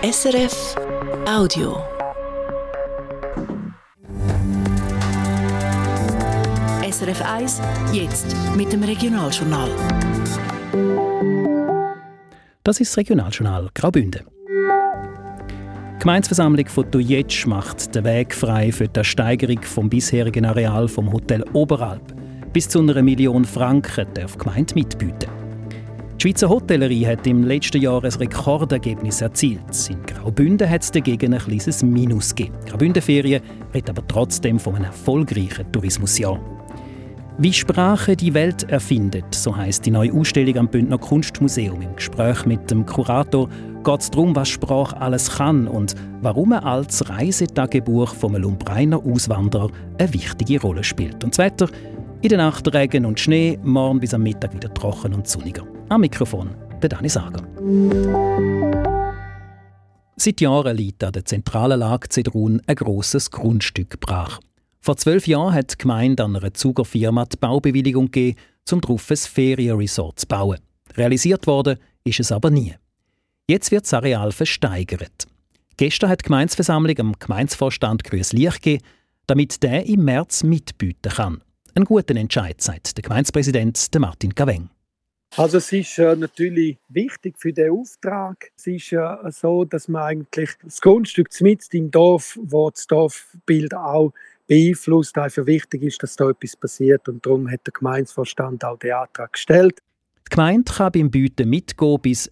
SRF Audio. SRF 1, jetzt mit dem Regionaljournal. Das ist das Regionaljournal Graubünden. Die Gemeindeversammlung von Tujetsch macht den Weg frei für die Steigerung vom bisherigen Areal vom Hotel Oberalp. Bis zu 1 Million Franken darf die Gemeinde mitbieten. Die Schweizer Hotellerie hat im letzten Jahr ein Rekordergebnis erzielt. In Graubünden hat es dagegen ein kleines Minus gegeben. Graubünden-Ferien redet aber trotzdem von einem erfolgreichen Tourismusjahr. Wie Sprache die Welt erfindet, so heisst die neue Ausstellung am Bündner Kunstmuseum. Im Gespräch mit dem Kurator geht es darum, was Sprache alles kann und warum ein altes Reisetagebuch von einem Lumbrainer Auswanderer eine wichtige Rolle spielt. Und das Wetter: in der Nacht Regen und Schnee, morgen bis am Mittag wieder trocken und sonniger. Am Mikrofon der Dani Sager. Seit Jahren liegt an der zentralen Lage Zedrun ein grosses Grundstück brach. Vor 12 Jahren hat die Gemeinde an einer Zuger Firma die Baubewilligung gegeben, um darauf ein Ferienresort zu bauen. Realisiert worden ist es aber nie. Jetzt wird das Areal versteigert. Gestern hat die Gemeindeversammlung am Gemeindevorstand grünes Licht gegeben, damit der im März mitbieten kann. Ein guter Entscheid, sagt der Gemeindepräsident Martin Gaveng. Also es ist natürlich wichtig für den Auftrag. Es ist so, dass man eigentlich das Grundstück mitten im Dorf, wo das Dorfbild auch beeinflusst, einfach wichtig ist, dass da etwas passiert. Und darum hat der Gemeindevorstand auch den Antrag gestellt. Die Gemeinde kann beim Bieten mitgehen bis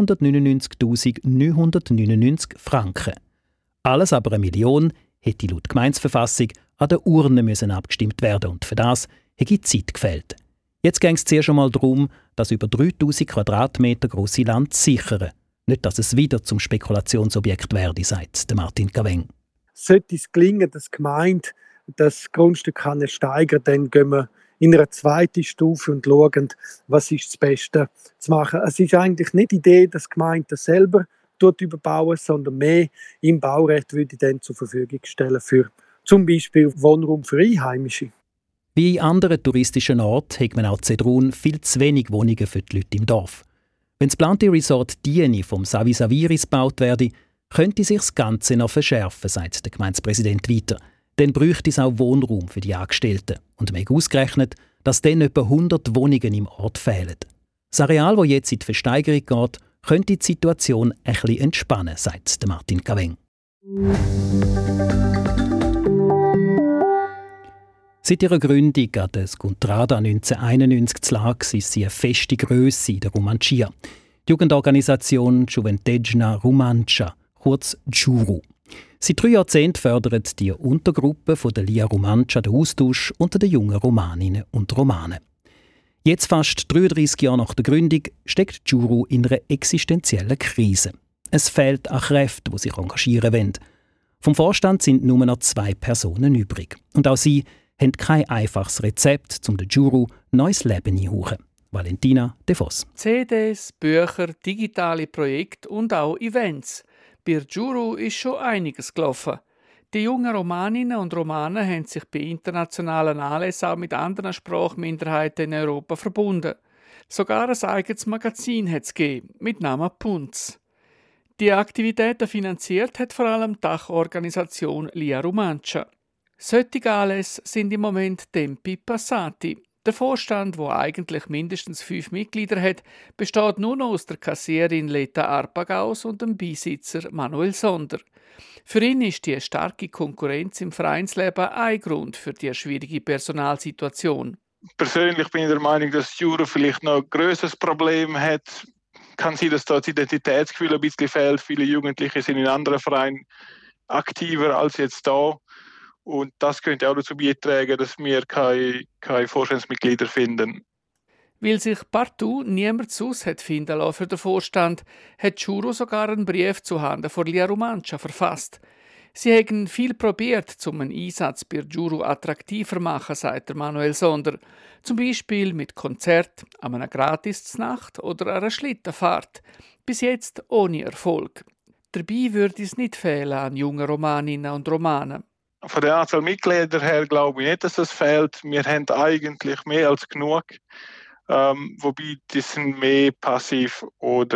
999'999 Franken. Alles aber 1 Million hätte laut Gemeindeverfassung an der Urne müssen abgestimmt werden und für das hätte Zeit gefehlt. Jetzt ging es zuerst einmal darum, das über 3000 Quadratmeter grosse Land zu sichern. Nicht, dass es wieder zum Spekulationsobjekt werde, sagt Martin Gaveng. Sollte es gelingen, dass die Gemeinde das Grundstück kann steigern, dann gehen wir in eine zweite Stufe und schauen, was ist das Beste zu machen. Es ist eigentlich nicht die Idee, dass die Gemeinde das selber überbauen, sondern mehr im Baurecht würde ich dann zur Verfügung stellen für zum Beispiel Wohnraum für Einheimische. Wie in anderen touristischen Orten hat man auch in Zedrun viel zu wenig Wohnungen für die Leute im Dorf. Wenn das geplante Resort Dieni vom Savi Saviris gebaut werde, könnte sich das Ganze noch verschärfen, sagt der Gemeindepräsident weiter. Dann bräuchte es auch Wohnraum für die Angestellten. Und man hat ausgerechnet, dass dann etwa 100 Wohnungen im Ort fehlen. Das Areal, das jetzt in die Versteigerung geht, könnte die Situation ein bisschen entspannen, sagt Martin Gaveng. Seit ihrer Gründung an der Skuntrada 1991 zu Lax ist sie eine feste Grösse in der Romancia. Die Jugendorganisation Juventejna Romancia, kurz Juru. Seit 3 Jahrzehnten fördert die Untergruppe von der Lia Romancia den Austausch unter den jungen Romaninnen und Romanen. Jetzt, fast 33 Jahre nach der Gründung, steckt Juru in einer existenziellen Krise. Es fehlt an Kräften, die sich engagieren wollen. Vom Vorstand sind nur noch 2 Personen übrig. Und auch sie haben kein einfaches Rezept, um den Juru neues Leben einzuhauchen. Valentina De Vos. CDs, Bücher, digitale Projekte und auch Events. Bei Juru ist schon einiges gelaufen. Die jungen Romaninnen und Romanen haben sich bei internationalen Anlässen auch mit anderen Sprachminderheiten in Europa verbunden. Sogar ein eigenes Magazin hat es gegeben, mit Namen Punz. Die Aktivitäten finanziert hat vor allem die Dachorganisation Lia Romancia. Solche Anlässe sind im Moment Tempi passati. Der Vorstand, der eigentlich mindestens 5 Mitglieder hat, besteht nur noch aus der Kassierin Leta Arpagaus und dem Beisitzer Manuel Sonder. Für ihn ist die starke Konkurrenz im Vereinsleben ein Grund für die schwierige Personalsituation. Persönlich bin ich der Meinung, dass Jura vielleicht noch ein grösseres Problem hat. Kann sein, dass da das Identitätsgefühl ein bisschen fehlt. Viele Jugendliche sind in anderen Vereinen aktiver als jetzt da. Und das könnte auch dazu beitragen, dass wir keine Vorstandsmitglieder finden. Weil sich partout niemand sonst hat finden lassen für den Vorstand, hat Juro sogar einen Brief zuhanden von Lia Romancia verfasst. Sie haben viel probiert, um einen Einsatz bei Juro attraktiver zu machen, sagt der Manuel Sonder. Zum Beispiel mit Konzert, an einer Gratisnacht oder einer Schlittenfahrt. Bis jetzt ohne Erfolg. Dabei würde es nicht fehlen an jungen Romaninnen und Romanen. Von der Anzahl Mitglieder her glaube ich nicht, dass das fehlt. Wir haben eigentlich mehr als genug. Wobei die sind mehr passiv oder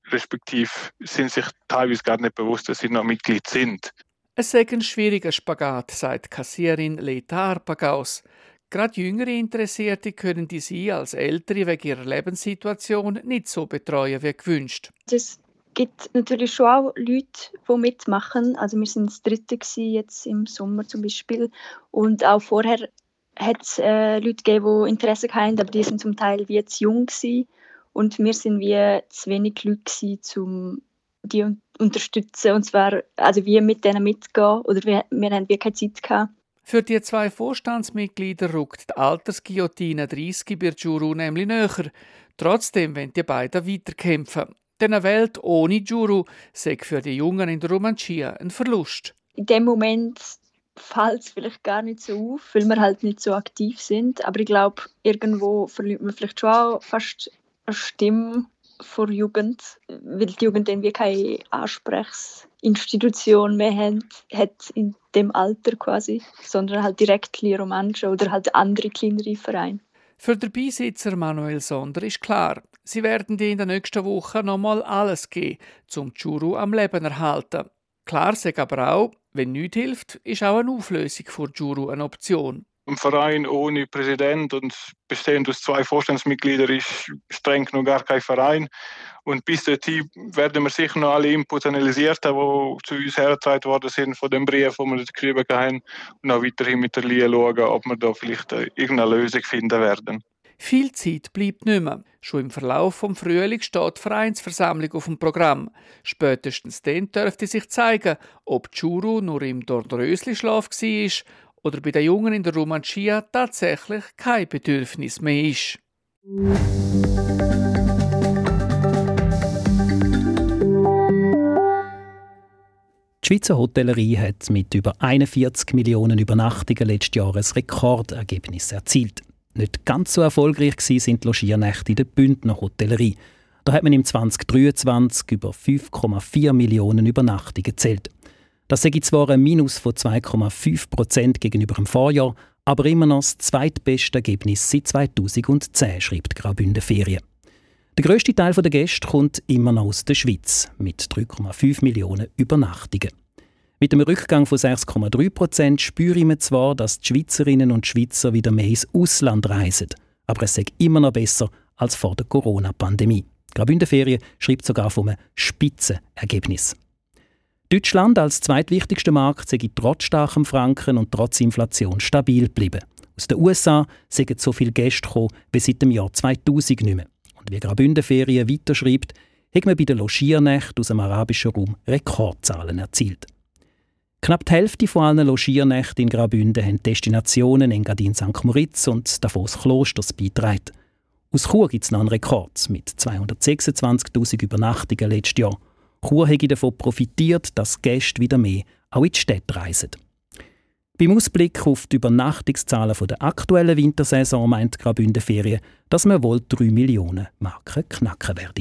respektive sind sich teilweise gar nicht bewusst, dass sie noch Mitglied sind. Es sei ein schwieriger Spagat, sagt Kassierin Leta Harpagaus. Gerade jüngere Interessierte können die sie als Ältere wegen ihrer Lebenssituation nicht so betreuen wie gewünscht. Es gibt natürlich schon auch Leute, die mitmachen. Also wir sind das Dritte jetzt im Sommer zum Beispiel. Und auch vorher hat es Leute gegeben, die Interesse hatten, aber die sind zum Teil wie zu jung gewesen. Und wir sind wie zu wenig Leute, um die zu unterstützen. Und zwar, also wie mit denen mitgehen. Oder wir haben wie keine Zeit gehabt. Für die 2 Vorstandsmitglieder rückt die Altersguillotine 30 bei Juru nämlich näher. Trotzdem wollen die beiden weiterkämpfen. Denn eine Welt ohne Juru sei für die Jungen in der Romancia ein Verlust. In dem Moment fällt es vielleicht gar nicht so auf, weil wir halt nicht so aktiv sind. Aber ich glaube, irgendwo verliert man vielleicht schon auch fast eine Stimme vor Jugend, weil die Jugend irgendwie keine Ansprechinstitution mehr hat in dem Alter quasi, sondern halt direkt Romanschen oder halt andere kleinere Vereine. Für den Beisitzer Manuel Sonder ist klar, sie werden in den nächsten Wochen nochmal alles geben, um die Juru am Leben zu erhalten. Klar sagt aber auch, wenn nichts hilft, ist auch eine Auflösung für die Juru eine Option. Ein Verein ohne Präsident und bestehend aus 2 Vorstandsmitgliedern ist streng genommen gar kein Verein. Und bis dorthin werden wir sicher noch alle Inputs analysiert haben, die zu uns hergetragen worden sind von dem Brief, den wir geschrieben haben. Und auch weiterhin mit der Lia schauen, ob wir da vielleicht irgendeine Lösung finden werden. Viel Zeit bleibt nicht mehr. Schon im Verlauf des Frühlings steht die Vereinsversammlung auf dem Programm. Spätestens dann dürfte sich zeigen, ob die Juru nur im Dornrösli-Schlaf war oder bei den Jungen in der Romancia tatsächlich kein Bedürfnis mehr ist. Die Schweizer Hotellerie hat mit über 41 Millionen Übernachtungen letztes Jahr ein Rekordergebnis erzielt. Nicht ganz so erfolgreich sind die Logiernächte in der Bündner Hotellerie. Da hat man im 2023 über 5,4 Millionen Übernachtungen gezählt. Das sei zwar ein Minus von 2,5% gegenüber dem Vorjahr, aber immer noch das zweitbeste Ergebnis seit 2010, schreibt Graubünden Ferien. Der grösste Teil der Gäste kommt immer noch aus der Schweiz, mit 3,5 Millionen Übernachtungen. Mit einem Rückgang von 6,3% spüre ich zwar, dass die Schweizerinnen und Schweizer wieder mehr ins Ausland reisen, aber es sei immer noch besser als vor der Corona-Pandemie. Graubünden Ferien schreibt sogar von einem Spitzenergebnis. Deutschland als zweitwichtigster Markt sei trotz starkem Franken und trotz Inflation stabil geblieben. Aus den USA seien so viele Gäste gekommen wie seit dem Jahr 2000 nicht mehr. Und wie Graubünden Ferien weiterschreibt, hat man bei den Logiernächten aus dem arabischen Raum Rekordzahlen erzielt. Knapp die Hälfte von allen Logiernächten in Graubünden haben Destinationen Engadin St. Moritz und Davos Klosters beigetragen. Aus Chur gibt es noch einen Rekord mit 226'000 Übernachtungen letztes Jahr. Chur habe davon profitiert, dass Gäste wieder mehr auch in die Städte reisen. Beim Ausblick auf die Übernachtungszahlen der aktuellen Wintersaison meint Graubünden Ferien, dass man wohl 3 Millionen Marken knacken werde.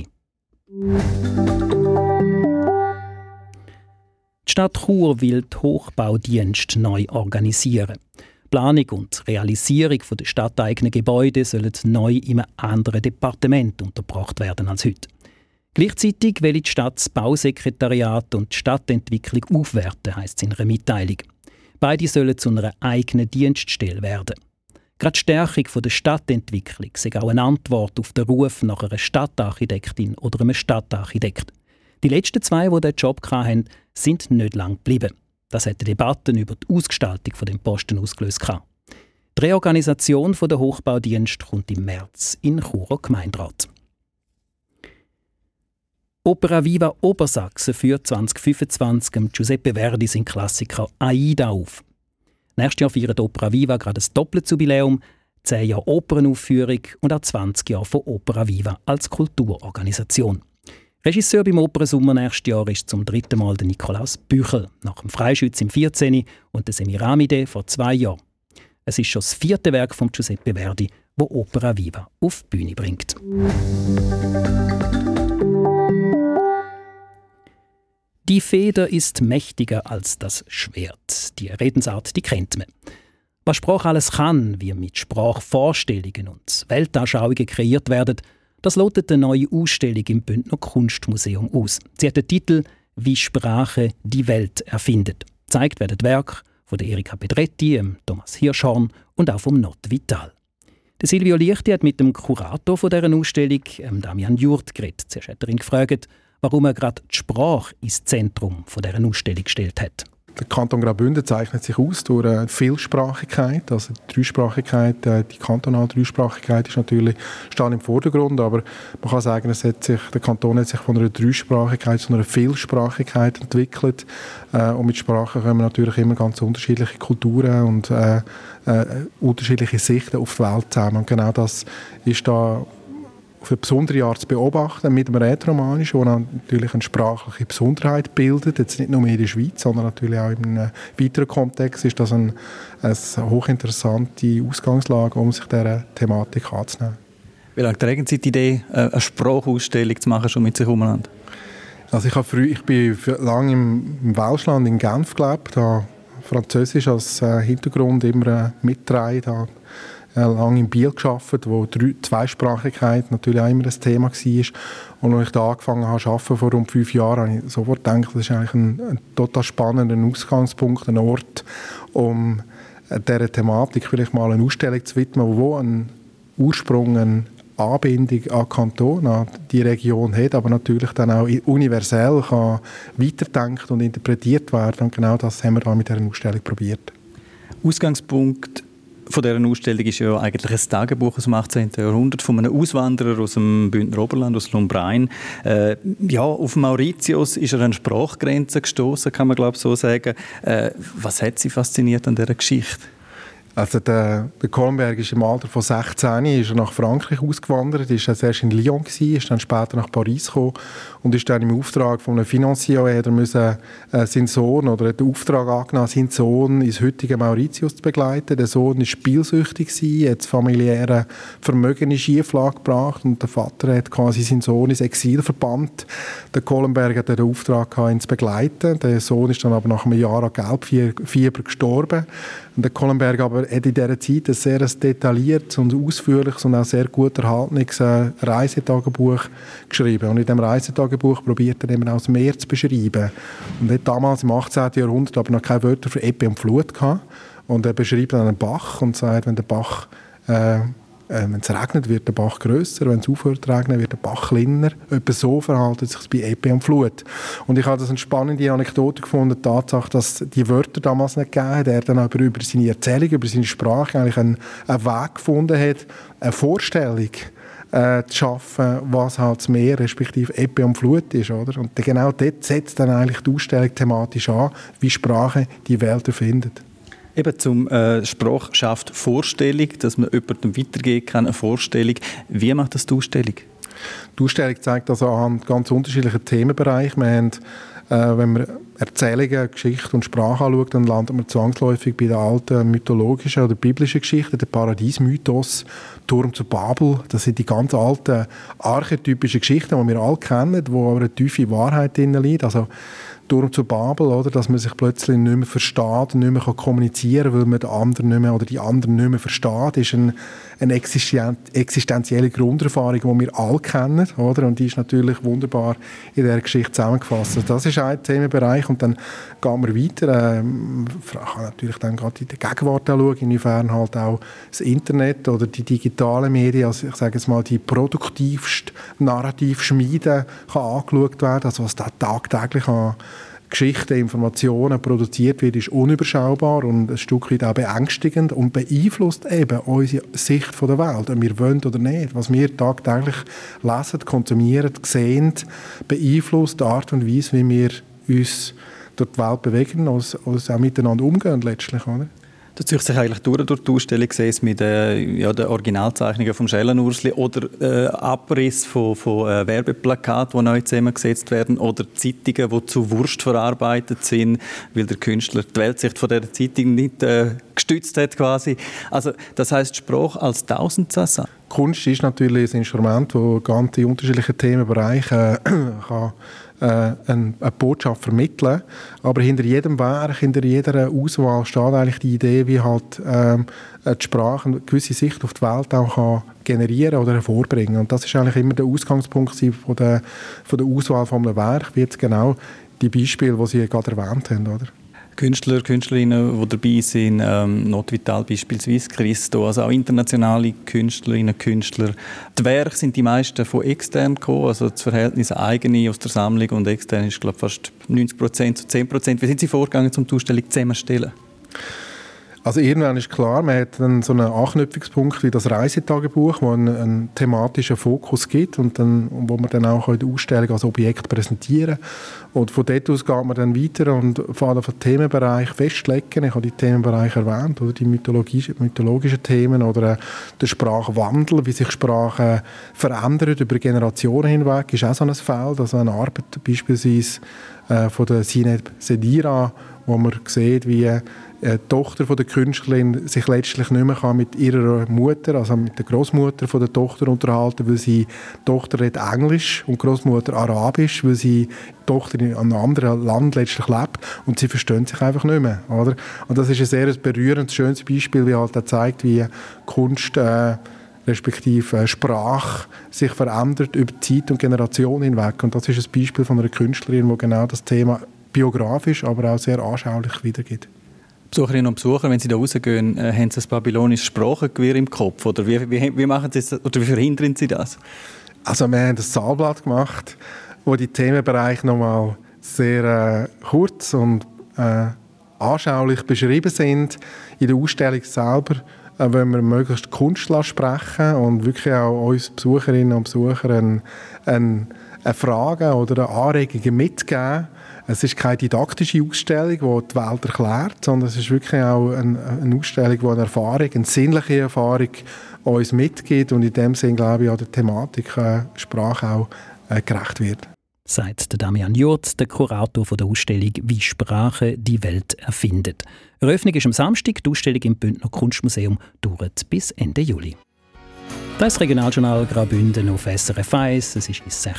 Die Stadt Chur will die Hochbaudienste neu organisieren. Die Planung und Realisierung der stadteigenen Gebäude sollen neu in einem anderen Departement untergebracht werden als heute. Gleichzeitig will die Stadt das Bausekretariat und die Stadtentwicklung aufwerten, heisst es in einer Mitteilung. Beide sollen zu einer eigenen Dienststelle werden. Gerade die Stärkung der Stadtentwicklung sei auch eine Antwort auf den Ruf nach einer Stadtarchitektin oder einem Stadtarchitekt. Die letzten 2, die diesen Job hatten, sind nicht lang geblieben. Das hat Debatten über die Ausgestaltung des Posten ausgelöst. Die Reorganisation der Hochbaudienste kommt im März in Churer Gemeinderat. Opera Viva Obersachsen führt 2025 Giuseppe Verdi seinen Klassiker «Aida» auf. Nächstes Jahr feiert Opera Viva gerade ein doppeltes Jubiläum, 10 Jahre Opernaufführung und auch 20 Jahre von Opera Viva als Kulturorganisation. Regisseur beim Opernsommer nächstes Jahr ist zum 3. Mal der Nikolaus Büchel, nach dem Freischütz im 14. und der Semiramide vor 2 Jahren. Es ist schon das 4. Werk von Giuseppe Verdi, das Opera Viva auf die Bühne bringt. Die Feder ist mächtiger als das Schwert. Die Redensart, die kennt man. Was Sprache alles kann, wie mit Sprachvorstellungen und Weltanschauungen kreiert werden, Das lautet eine neue Ausstellung im Bündner Kunstmuseum aus. Sie hat den Titel «Wie Sprache die Welt erfindet». Gezeigt werden Werke von der Erika Pedretti, Thomas Hirschhorn und auch vom Not Vital. Der Silvio Lichti hat mit dem Kurator von dieser Ausstellung, Damian Jurt, geredet. Zuerst hat er ihn gefragt, warum er gerade die Sprache ins Zentrum von dieser Ausstellung gestellt hat. Der Kanton Graubünden zeichnet sich aus durch eine Vielsprachigkeit, also die Dreisprachigkeit, die kantonale Dreisprachigkeit ist natürlich steht im Vordergrund, aber man kann sagen, der Kanton hat sich von einer Dreisprachigkeit zu einer Vielsprachigkeit entwickelt und mit Sprachen kommen natürlich immer ganz unterschiedliche Kulturen und unterschiedliche Sichten auf die Welt zusammen und genau das ist da auf eine besondere Art zu beobachten mit dem Rätoromanischen, das natürlich eine sprachliche Besonderheit bildet, jetzt nicht nur in der Schweiz, sondern natürlich auch in einem weiteren Kontext ist das eine hochinteressante Ausgangslage, um sich dieser Thematik anzunehmen. Wie lange tragen Sie die Idee, eine Sprachausstellung zu machen, schon mit sich umeinander? Also ich bin lange im Welschland in Genf gelebt, habe Französisch als Hintergrund immer mitgetragen, lange in Biel gearbeitet, wo Zweisprachigkeit natürlich auch immer ein Thema war. Und als ich da angefangen habe zu arbeiten, vor rund 5 Jahren, habe ich sofort gedacht, das ist eigentlich ein total spannender Ausgangspunkt, ein Ort, um dieser Thematik vielleicht mal eine Ausstellung zu widmen, wo einen Ursprung, eine Anbindung an Kanton, an die Region hat, aber natürlich dann auch universell kann weiterdenkt und interpretiert werden. Und genau das haben wir da mit dieser Ausstellung probiert. Ausgangspunkt von dieser Ausstellung ist ja eigentlich ein Tagebuch aus dem 18. Jahrhundert von einem Auswanderer aus dem Bündner Oberland, aus Lumbrein. Auf Mauritius ist er an Sprachgrenzen gestoßen, kann man glaube so sagen. Was hat Sie fasziniert an dieser Geschichte? Also der Kohlenberg ist im Alter von 16 ist er nach Frankreich ausgewandert, ist erst in Lyon gewesen, ist dann später nach Paris gekommen und ist dann im Auftrag von einem Financier, er musste seinen Sohn oder den Auftrag angenommen, seinen Sohn ins heutige Mauritius zu begleiten. Der Sohn war spielsüchtig gewesen, hat das familiäre Vermögen in Schieflage gebracht und der Vater hat quasi seinen Sohn ins Exil verbannt. Der Kohlenberg hat den Auftrag gehabt, ihn zu begleiten. Der Sohn ist dann aber nach einem Jahr an Gelbfieber gestorben. Und der Kohlenberg aber hat in dieser Zeit ein sehr detailliertes und ausführliches und auch sehr gut erhaltenes Reisetagebuch geschrieben. Und in diesem Reisetagebuch probiert er eben auch das Meer zu beschreiben. Und er hat damals im 18. Jahrhundert aber noch keine Wörter für Ebbe und Flut gehabt. Und er beschreibt dann einen Bach und sagt, wenn der Bach wenn es regnet, wird der Bach grösser, wenn es aufhört zu regnen, wird der Bach kleiner. Etwa so verhält es sich bei Ebbe und Flut. Und ich habe das eine spannende Anekdote gefunden, die Tatsache, dass die Wörter damals nicht gegeben hat. Er dann aber über seine Erzählung, über seine Sprache eigentlich einen Weg gefunden hat, eine Vorstellung zu schaffen, was halt das Meer, respektive Ebbe und Flut ist. Oder? Und genau dort setzt dann eigentlich die Ausstellung thematisch an, wie Sprache die Welt erfindet. Eben zum Sprache schafft Vorstellung, dass man jemandem weitergehen kann, eine Vorstellung. Wie macht das die Ausstellung? Die Ausstellung zeigt also an ganz unterschiedlichen Themenbereichen. Wir haben, wenn man Erzählungen, Geschichte und Sprache anschaut, dann landet man zwangsläufig bei den alten mythologischen oder biblischen Geschichten, der Paradiesmythos, Turm zu Babel. Das sind die ganz alten archetypischen Geschichten, die wir alle kennen, wo aber eine tiefe Wahrheit drin liegt. Also Turm zu Babel, oder, dass man sich plötzlich nicht mehr versteht, nicht mehr kommunizieren kann, weil man den anderen nicht mehr oder die anderen nicht mehr versteht, ist eine existenzielle Grunderfahrung, die wir alle kennen, oder? Und die ist natürlich wunderbar in dieser Geschichte zusammengefasst. Also das ist ein Themenbereich und dann gehen wir weiter. Ich kann natürlich dann gerade in der Gegenwart schauen, inwiefern halt auch das Internet oder die digitalen Medien, also ich sage jetzt mal die produktivste Narrativschmiede kann angeschaut werden, also was da tagtäglich an Geschichten, Informationen produziert wird, ist unüberschaubar und ein Stück weit auch beängstigend und beeinflusst eben unsere Sicht von der Welt, ob wir wollen oder nicht. Was wir tagtäglich lesen, konsumieren, sehen, beeinflusst die Art und Weise, wie wir uns durch die Welt bewegen und auch miteinander umgehen letztlich, oder? Das zieht sich eigentlich durch die Ausstellung, sei es mit den Originalzeichnungen vom Schellenursli oder Abriss von Werbeplakaten, die neu zusammengesetzt werden, oder Zeitungen, die zu Wurst verarbeitet sind, weil der Künstler die Weltsicht von dieser Zeitung nicht gestützt hat quasi. Also das heisst, Sprache als Tausendsassa. Kunst ist natürlich ein Instrument, das ganz unterschiedliche Themenbereiche kann eine Botschaft vermitteln. Aber hinter jedem Werk, hinter jeder Auswahl steht eigentlich die Idee, wie halt die Sprache eine gewisse Sicht auf die Welt auch kann generieren oder hervorbringen. Und das ist eigentlich immer der Ausgangspunkt von der Auswahl von einem Werk, wie jetzt genau die Beispiele, die Sie gerade erwähnt haben, oder? Künstler, Künstlerinnen, die dabei sind, Notvital beispielsweise, Christo, also auch internationale Künstlerinnen, Künstler. Die Werke sind die meisten von extern gekommen, also das Verhältnis eigene aus der Sammlung und extern ist, glaube ich, fast 90% zu 10%. Wie sind Sie vorgegangen, um die Ausstellung zusammenzustellen? Also irgendwann ist klar, man hat dann so einen Anknüpfungspunkt wie das Reisetagebuch, wo einen thematischen Fokus gibt und dann, wo man dann auch die Ausstellung als Objekt präsentieren kann. Und von dort aus geht man dann weiter und fängt auf den Themenbereich festlegen. Ich habe die Themenbereiche erwähnt, oder die mythologischen Themen oder der Sprachwandel, wie sich Sprache verändert über Generationen hinweg, ist auch so ein Feld. Also eine Arbeit beispielsweise von der Zineb Sedira, wo man sieht, wie die Tochter von der Künstlerin sich letztlich nicht mehr mit ihrer Mutter, also mit der Großmutter von der Tochter unterhalten, weil die Tochter redet Englisch und die Großmutter Arabisch, weil die Tochter in einem anderen Land letztlich lebt und sie verstehen sich einfach nicht mehr, oder? Und das ist ein sehr berührendes, schönes Beispiel, wie halt auch zeigt, wie Kunst respektive Sprache sich verändert über Zeit und Generation hinweg. Und das ist ein Beispiel von einer Künstlerin, die genau das Thema biografisch, aber auch sehr anschaulich wiedergibt. Besucherinnen und Besucher, wenn Sie da rausgehen, haben Sie ein babylonisches Sprachengewirr im Kopf? Oder wie machen Sie das, oder wie verhindern Sie das? Also wir haben ein Zahlblatt gemacht, wo die Themenbereiche nochmal sehr kurz und anschaulich beschrieben sind. In der Ausstellung selber wollen wir möglichst Kunst sprechen und wirklich auch uns Besucherinnen und Besuchern eine Frage oder Anregungen mitgeben. Es ist keine didaktische Ausstellung, die die Welt erklärt, sondern es ist wirklich auch eine Ausstellung, die eine Erfahrung, eine sinnliche Erfahrung uns mitgibt und in dem Sinne, glaube ich, auch der Thematik Sprache auch gerecht wird. Sagt Damian Jurt, der Kurator der Ausstellung «Wie Sprache die Welt erfindet». Eröffnung ist am Samstag, die Ausstellung im Bündner Kunstmuseum dauert bis Ende Juli. Das Regionaljournal Graubünden auf SRF 1. Es ist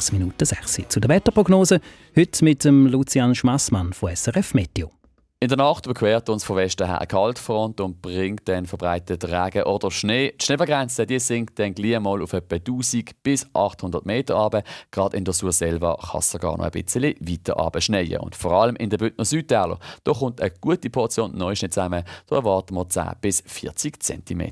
6:06 Zu der Wetterprognose. Heute mit dem Lucian Schmassmann von SRF Meteo. In der Nacht überquert uns von Westen her eine Kaltfront und bringt dann verbreitet Regen oder Schnee. Die Schneebegrenze die sinkt dann gleich mal auf etwa 1000 bis 800 Meter runter. Gerade in der Surselva kann es sogar noch ein bisschen weiter runter schneien. Und vor allem in den Bündner Südtäler, da kommt eine gute Portion Neuschnee zusammen. Da erwarten wir 10 bis 40 cm.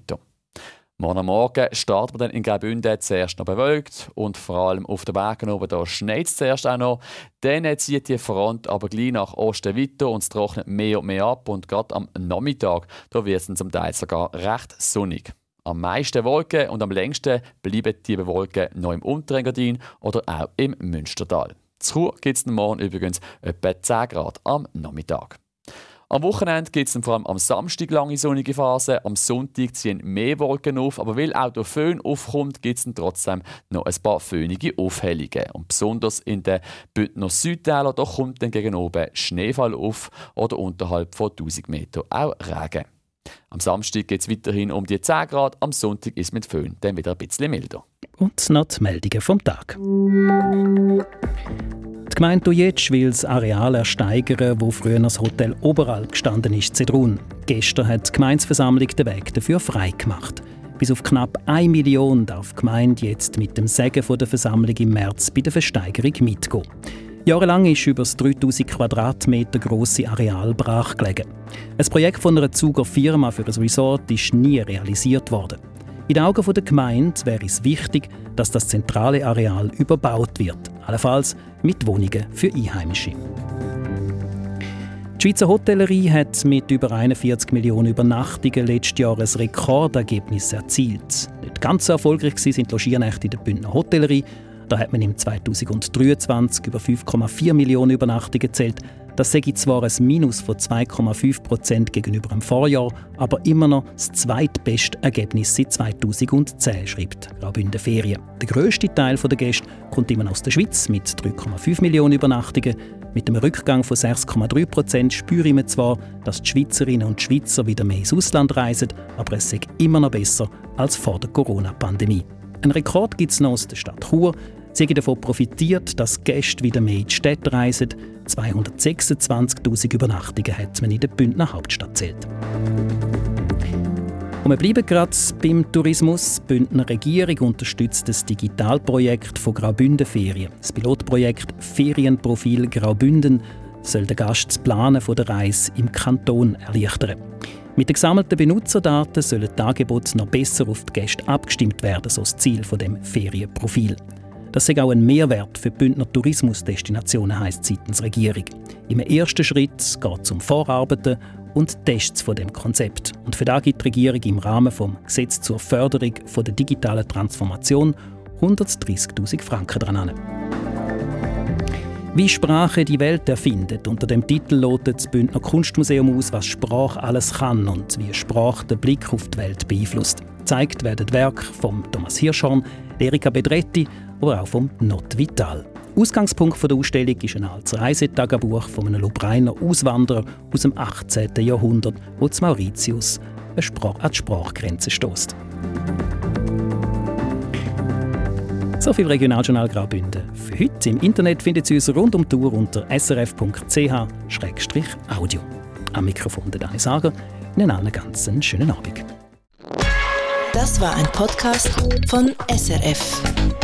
Morgen Morgen starten wir dann in Graubünden zuerst noch bewölkt und vor allem auf den Bergen oben da schneit es zuerst auch noch. Dann zieht die Front aber gleich nach Osten weiter und es trocknet mehr und mehr ab und gerade am Nachmittag da wird es dann zum Teil sogar recht sonnig. Am meisten Wolken und am längsten bleiben die Wolken noch im Unterengadin oder auch im Münstertal. Zu Chur gibt es morgen übrigens etwa 10 Grad am Nachmittag. Am Wochenende gibt es vor allem am Samstag lange sonnige Phasen, am Sonntag ziehen mehr Wolken auf, aber weil auch der Föhn aufkommt, gibt es trotzdem noch ein paar föhnige Aufhellungen. Und besonders in den Bündner Südtälern da kommt dann gegen oben Schneefall auf oder unterhalb von 1000 Meter auch Regen. Am Samstag geht es weiterhin um die 10 Grad, am Sonntag ist mit Föhn dann wieder ein bisschen milder. Und noch die Meldungen vom Tag. Die Gemeinde Dojetsch will das Areal ersteigern, wo früher das Hotel Oberalp gestanden ist, Zedrun. Gestern hat die Gemeindeversammlung den Weg dafür frei gemacht. Bis auf knapp 1 Million darf die Gemeinde jetzt mit dem Segen der Versammlung im März bei der Versteigerung mitgehen. Jahrelang ist über das 3000 Quadratmeter grosse Areal brach gelegen. Ein Projekt von einer Zuger Firma für ein Resort ist nie realisiert worden. In den Augen der Gemeinde wäre es wichtig, dass das zentrale Areal überbaut wird, allenfalls mit Wohnungen für Einheimische. Die Schweizer Hotellerie hat mit über 41 Millionen Übernachtungen letztes Jahr ein Rekordergebnis erzielt. Nicht ganz so erfolgreich sind die Logiernächte in der Bündner Hotellerie. Da hat man im 2023 über 5,4 Millionen Übernachtungen gezählt. Das sei zwar ein Minus von 2,5% gegenüber dem Vorjahr, aber immer noch das zweitbeste Ergebnis seit 2010, schreibt Graubünden Ferien. Der grösste Teil der Gäste kommt immer aus der Schweiz mit 3,5 Millionen Übernachtungen. Mit einem Rückgang von 6,3% spüren wir zwar, dass die Schweizerinnen und Schweizer wieder mehr ins Ausland reisen, aber es sei immer noch besser als vor der Corona-Pandemie. Ein Rekord gibt es noch aus der Stadt Chur. Sie haben davon profitiert, dass Gäste wieder mehr in die Städte reisen. 226'000 Übernachtungen hat man in der Bündner Hauptstadt gezählt. Und wir bleiben gerade beim Tourismus. Die Bündner Regierung unterstützt das Digitalprojekt von Graubünden Ferien. Das Pilotprojekt Ferienprofil Graubünden soll den Gast das Planen der Reise im Kanton erleichtern. Mit den gesammelten Benutzerdaten sollen die Angebote noch besser auf die Gäste abgestimmt werden, so das Ziel von dem Ferienprofil. Das ist auch ein Mehrwert für die Bündner Tourismusdestinationen, heisst seitens der Regierung. Im ersten Schritt geht es um Vorarbeiten und Tests von dem Konzept. Und für das gibt die Regierung im Rahmen des Gesetzes zur Förderung der digitalen Transformation 130'000 Franken dran an. Wie Sprache die Welt erfindet. Unter dem Titel lotet das Bündner Kunstmuseum aus, was Sprache alles kann und wie Sprache den Blick auf die Welt beeinflusst. Gezeigt werden Werke von Thomas Hirschhorn, Erika Bedretti, aber auch von Not Vital. Ausgangspunkt der Ausstellung ist ein altes Reisetagebuch von einem Lubreiner Auswanderer aus dem 18. Jahrhundert, wo Mauritius an die Sprachgrenze stößt. So viel Regionaljournal Graubünden. Für heute im Internet findet Sie uns rund um die Uhr unter srf.ch/audio. Am Mikrofon der Dani Sager. Ihnen allen ganz einen schönen Abend. Das war ein Podcast von SRF.